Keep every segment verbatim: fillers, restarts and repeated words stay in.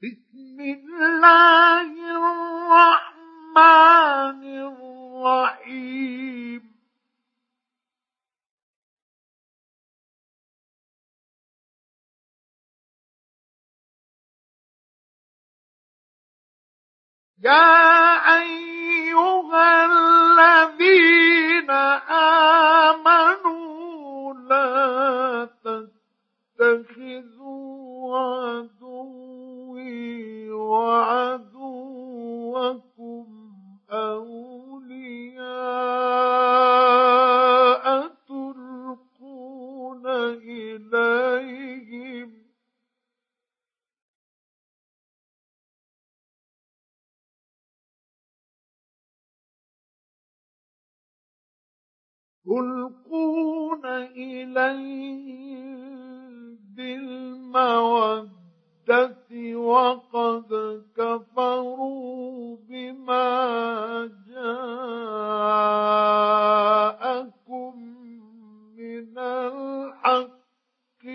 بسم الله الرحمن الرحيم يا أيها الذين آمنوا لا تتخذوا عدوي وعدوكم أولياء تلقون إليهم تلقون إليهم بالمودة وقد كفروا بما جاءكم من الحق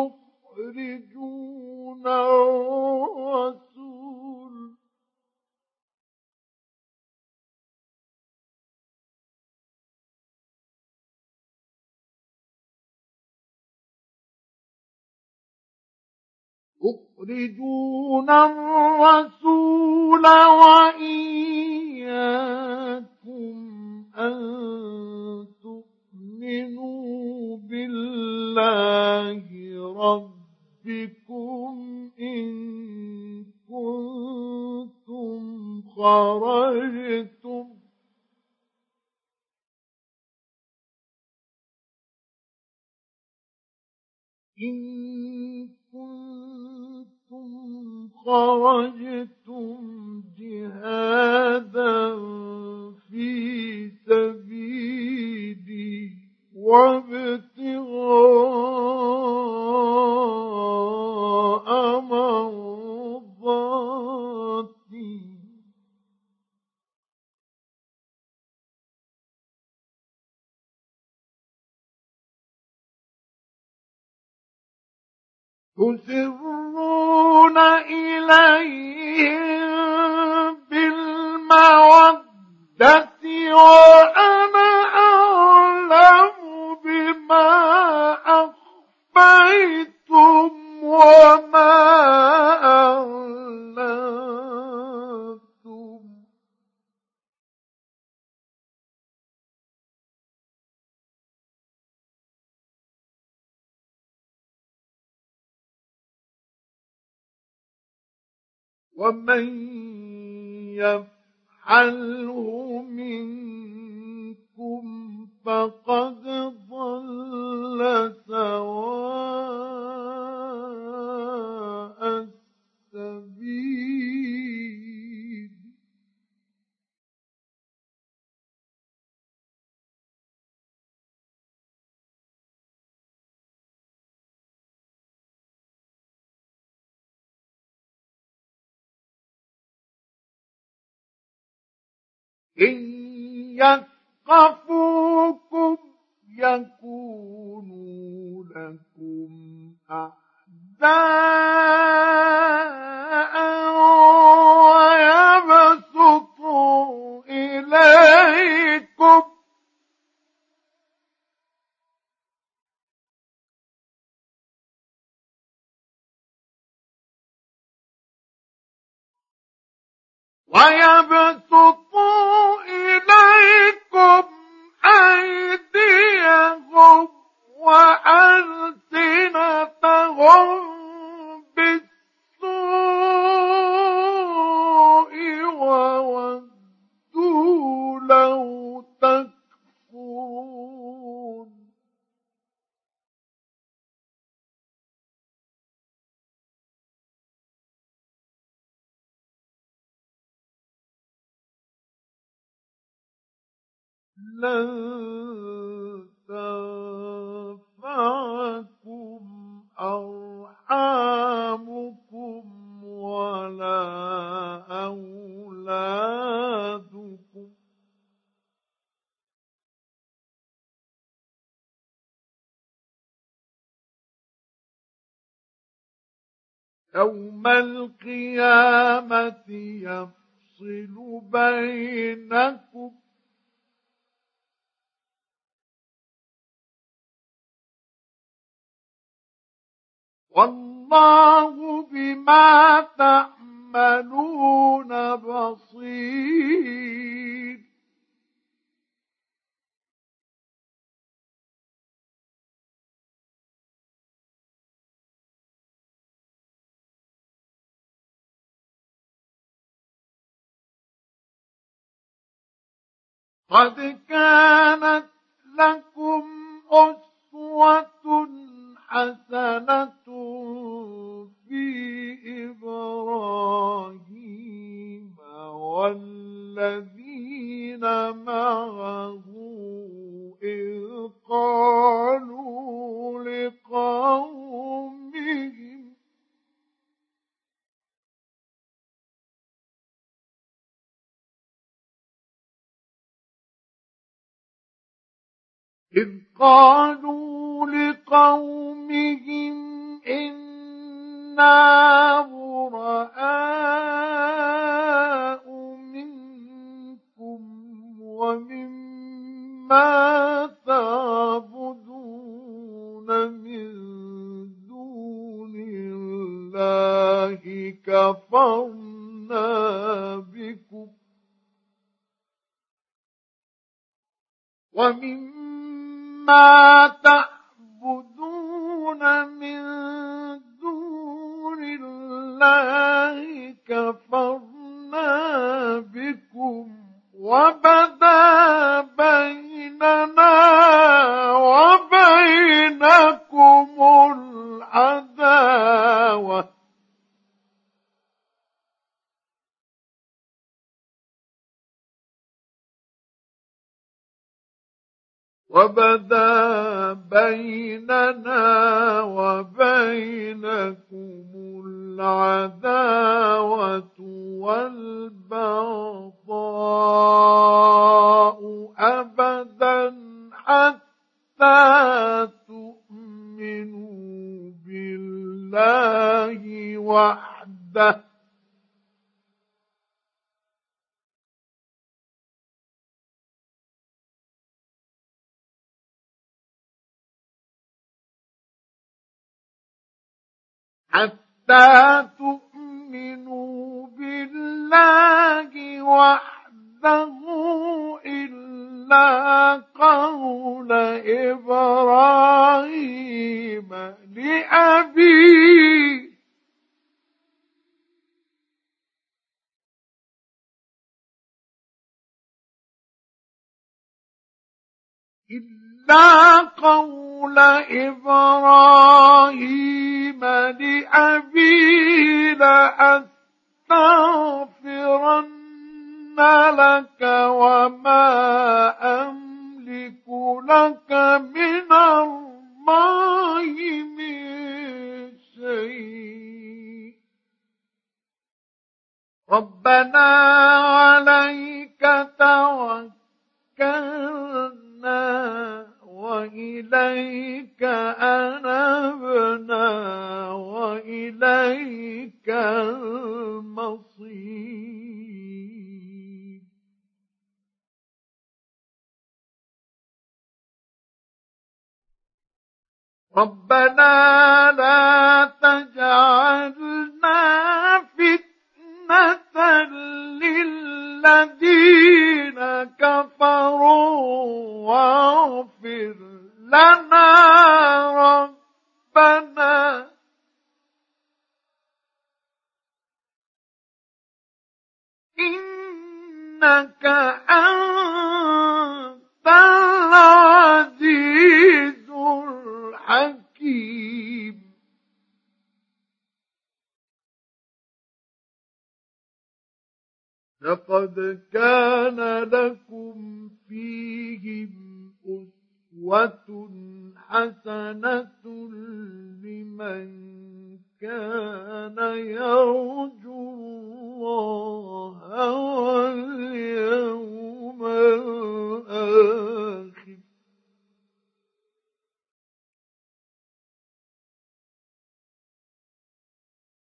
يخرجون الرسول يخرجون الرسول وإياكم أن تؤمنوا بالله ربكم إن كنتم خرجتم إن كنتم خرجتم جهادا في سبيلي وابتغاء مرضاتي تسرون إليهم بالمودة وأنا أعلم بما أخفيتم وما أعلنتم ومن يفعله منكم فقد ضل سواء السبيل إن يثقفوكم يكونوا لكم أعداء ويبسطوا إليكم ويبسطوا إليكم أيديهم وألسنتهم بالسوء وودوا لو تكفرون لن تنفعكم أرحامكم ولا أولادكم يوم القيامة يفصل بينكم والله بما تعملون بصير. قد كانت لكم أسوة حسنة في إبراهيم والذين معه إذ قالوا لقومهم إذ قالوا لقومهم إنا براء منكم ومما تعبدون من دون الله كفرنا بكم ومما تعبدون من دون الله كفرنا بكم وبدا بيننا وبينكم العداوة وبدا بيننا وبينكم العداوة والبغضاء أبدا حتى تؤمنوا بالله وحده حتى تؤمنوا بالله وحده إلا قول إبراهيم لأبيه إلا قول إبراهيم لأبيه لأستغفرن لك وما أملك لك من الله من شيء ربنا عليك توكلنا وإليك أنبنا وإليك المصير. ربنا لا تجعلنا فتنة للذين كفروا واغفر لنا ربنا إنك أنت العزيز الحكيم. لقد كان لكم فيهم أسوة حسنة لمن كان يرجو الله واليوم الآخر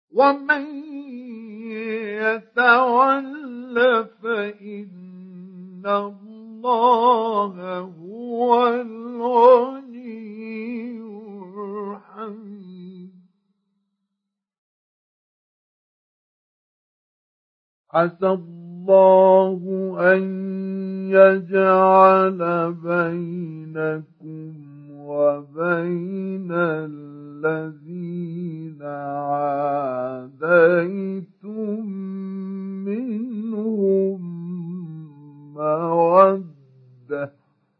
ومن يتول فإن الله هو الغني الحميد عسى الله أن يجعل بينكم وبين الذين عاديتم منهم مودة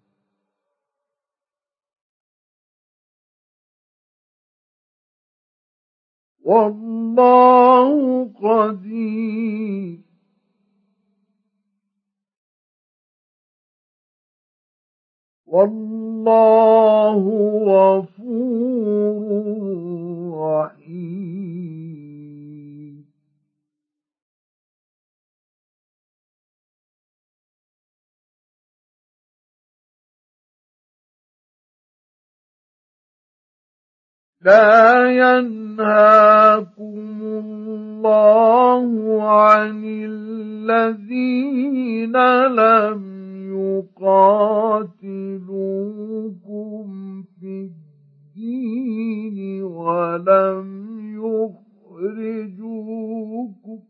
والله قدير والله غفور رحيم لا ينهاكم الله عن الذين لم يقاتلوكم في الدين ولم يخرجوكم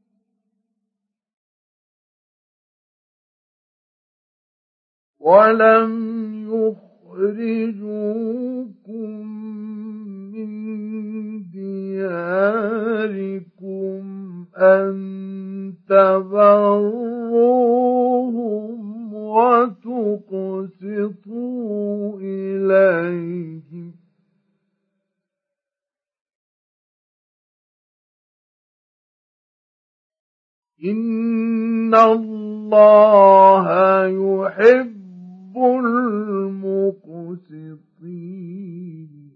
ولم يخرجوكم من دياركم أن تبروهم وتقسطوا إليهم إن الله يحب المقسطين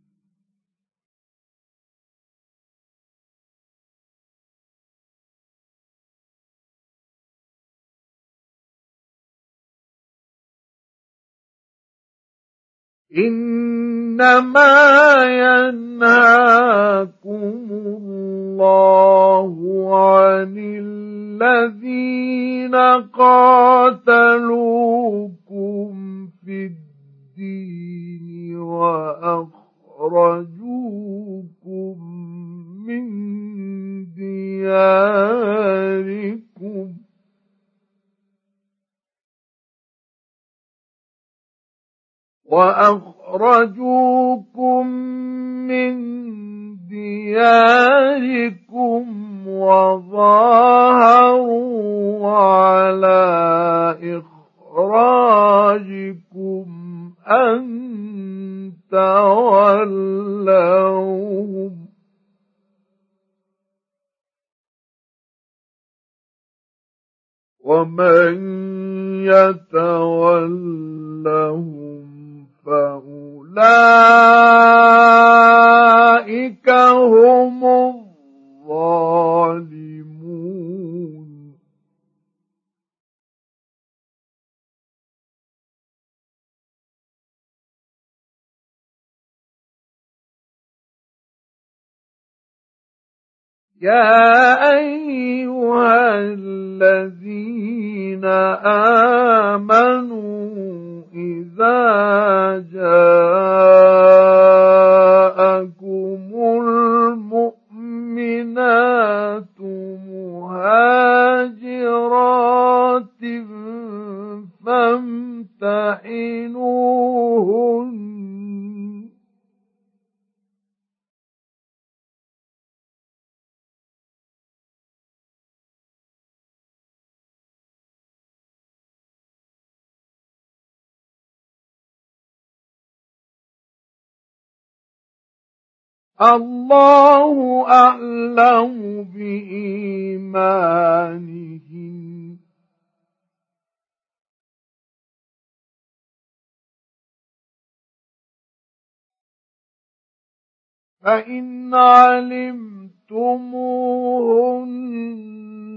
إنما ينهاكم الله عن الذين قاتلوكم في الدين وأخرجوكم من دياركم وأخرجوكم من دياركم وظاهروا على إخراجكم أن تولوهم ومن يتولهم فأولئك هم الظالمون يا أيها الذين آمنوا إذا جاءكم المؤمنات مهاجرات فامتحنوهن الله أعلم بإيمانهم فإن علمتموهن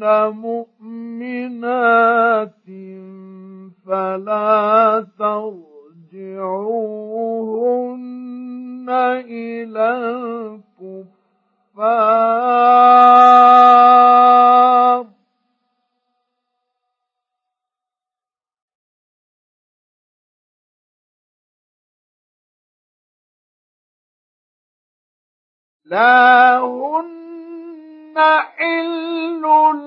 مؤمنات فلا ترجعوهن إلى الكفار لا هن حل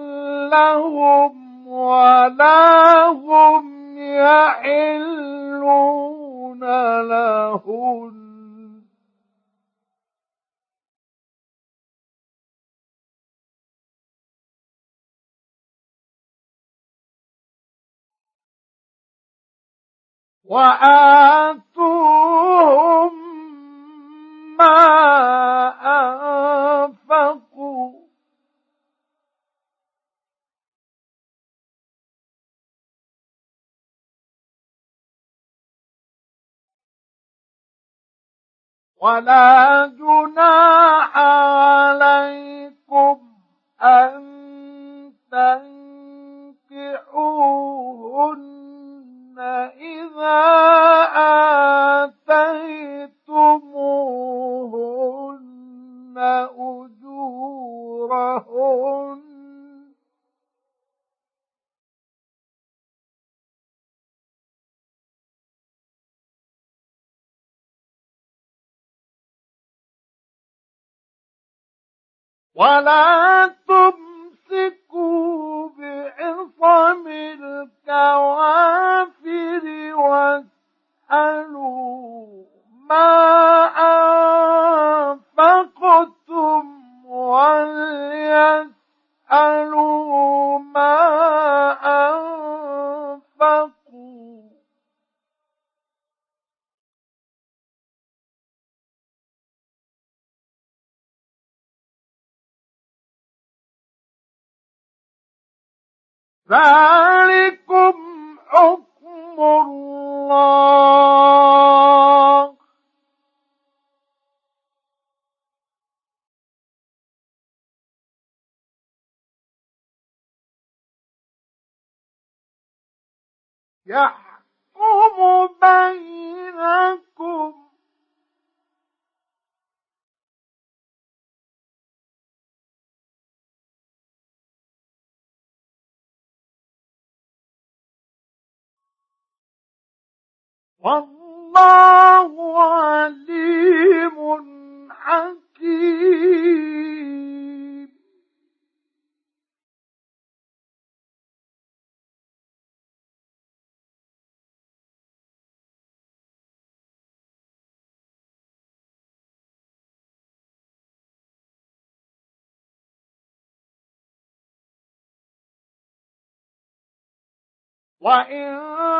لهم ولا هم يحلون لهن وآتوهم ما أنفقوا ولا جناح عليكم أن تنكحوهن إذا آتيتموهن أجورهن ولا تمسكوا بعصم الكوافر واسألوا ما أنفقتم وليسألوا ما أنفقوا ذلكم حكم الله يحكم بينكم والله عليم حكيم وإن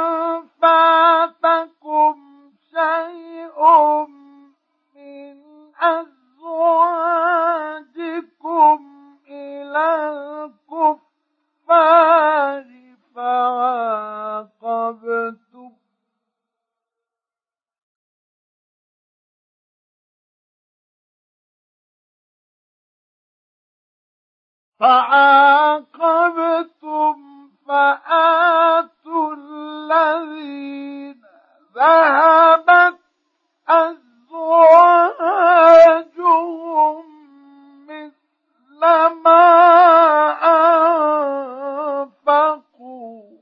فاتكم شيء من أزواجكم إلى الكفار فعاقبتم فعاقبتم فآتوا الذين ذهبت أزواجهم مثل ما أنفقوا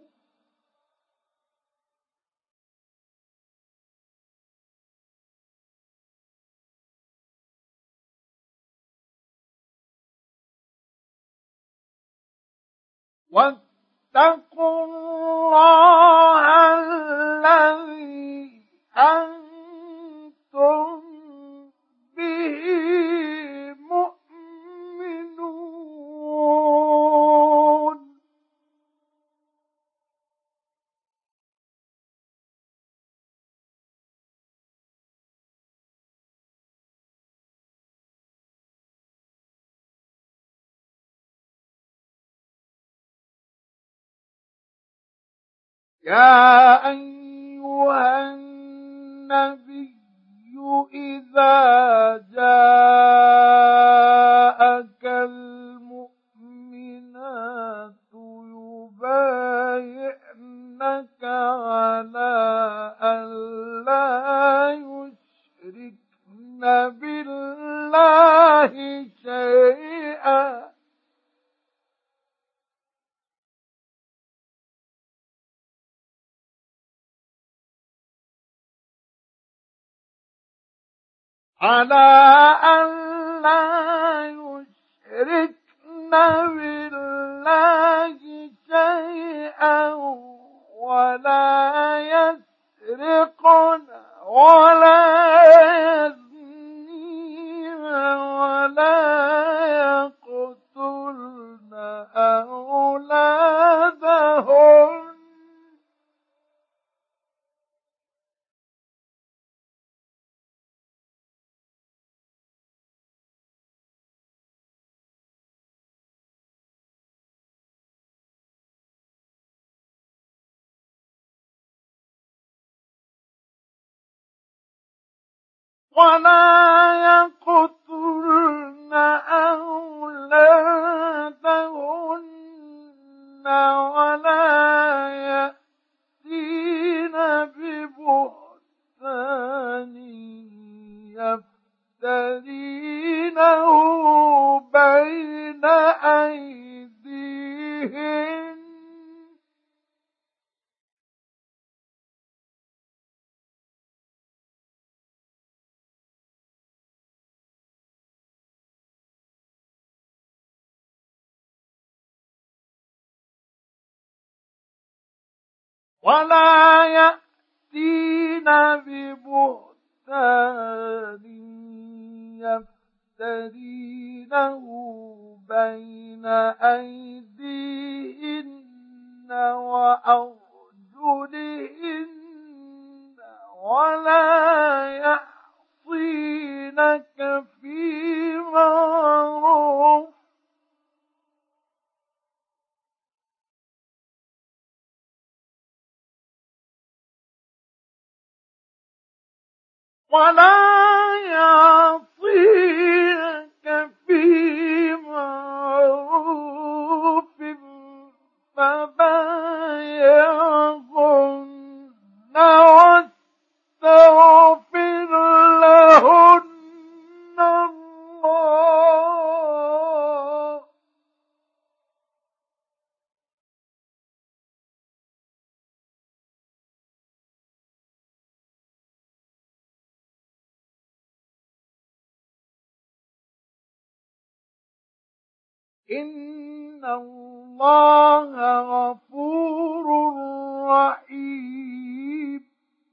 واتقوا الله الذي أنتم به مؤمنون يا أيها النبي إذا جاءك المؤمنات يبايعنك على أن لا يشركن بالله شيئا على أن لا يشركن بالله شيئا ولا يسرقن ولا يزنين ولا يقتلن أولادهن ولا يقتلن أولادهن ولا يأتين ببهتان يفترينه بين أيديهن ولا يأتين ببهتان يفترينه بين أيديهن وأرجلهن ولا يعصينك في معروف ولا يعصينك في معروف فبايعهن واستغفر لهن الله إن الله غفور رحيم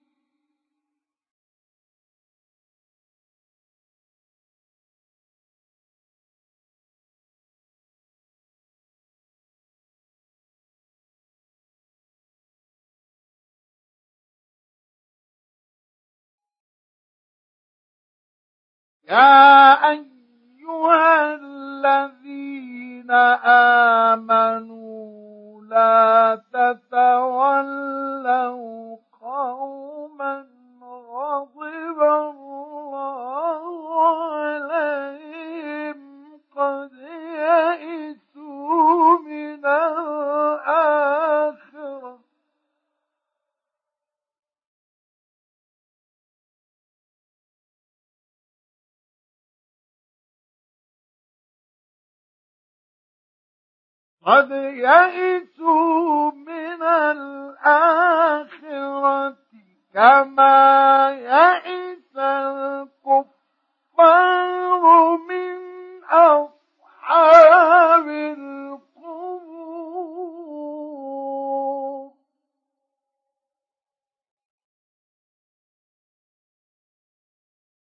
يا أيها الذين آمنوا لا تتولوا قوما غضب الله عليهم قد يئسوا من الآخرة قد يئسوا من الآخرة كما يئس الكفار